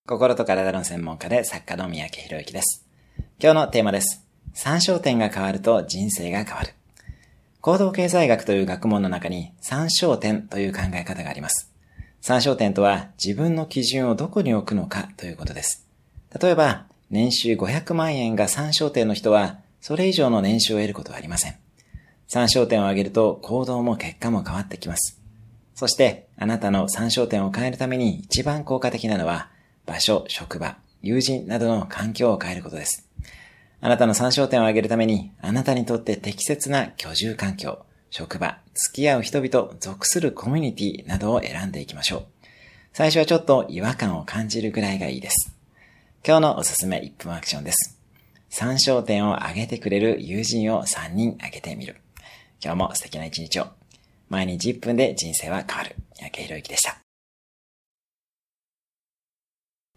心と体の専門家で作家の三宅宏之です。今日のテーマです。参照点が変わると人生が変わる。行動経済学という学問の中に参照点という考え方があります。参照点とは自分の基準をどこに置くのかということです。例えば、年収500万円が参照点の人は、それ以上の年収を得ることはありません。参照点を上げると行動も結果も変わってきます。そして、あなたの参照点を変えるために一番効果的なのは、場所、職場、友人などの環境を変えることです。あなたの参照点を上げるために、あなたにとって適切な居住環境、職場、付き合う人々、属するコミュニティなどを選んでいきましょう。最初はちょっと違和感を感じるぐらいがいいです。今日のおすすめ1分アクションです。参照点を上げてくれる友人を3人挙げてみる。今日も素敵な一日を。毎日1分で人生は変わる。三宅宏之でした。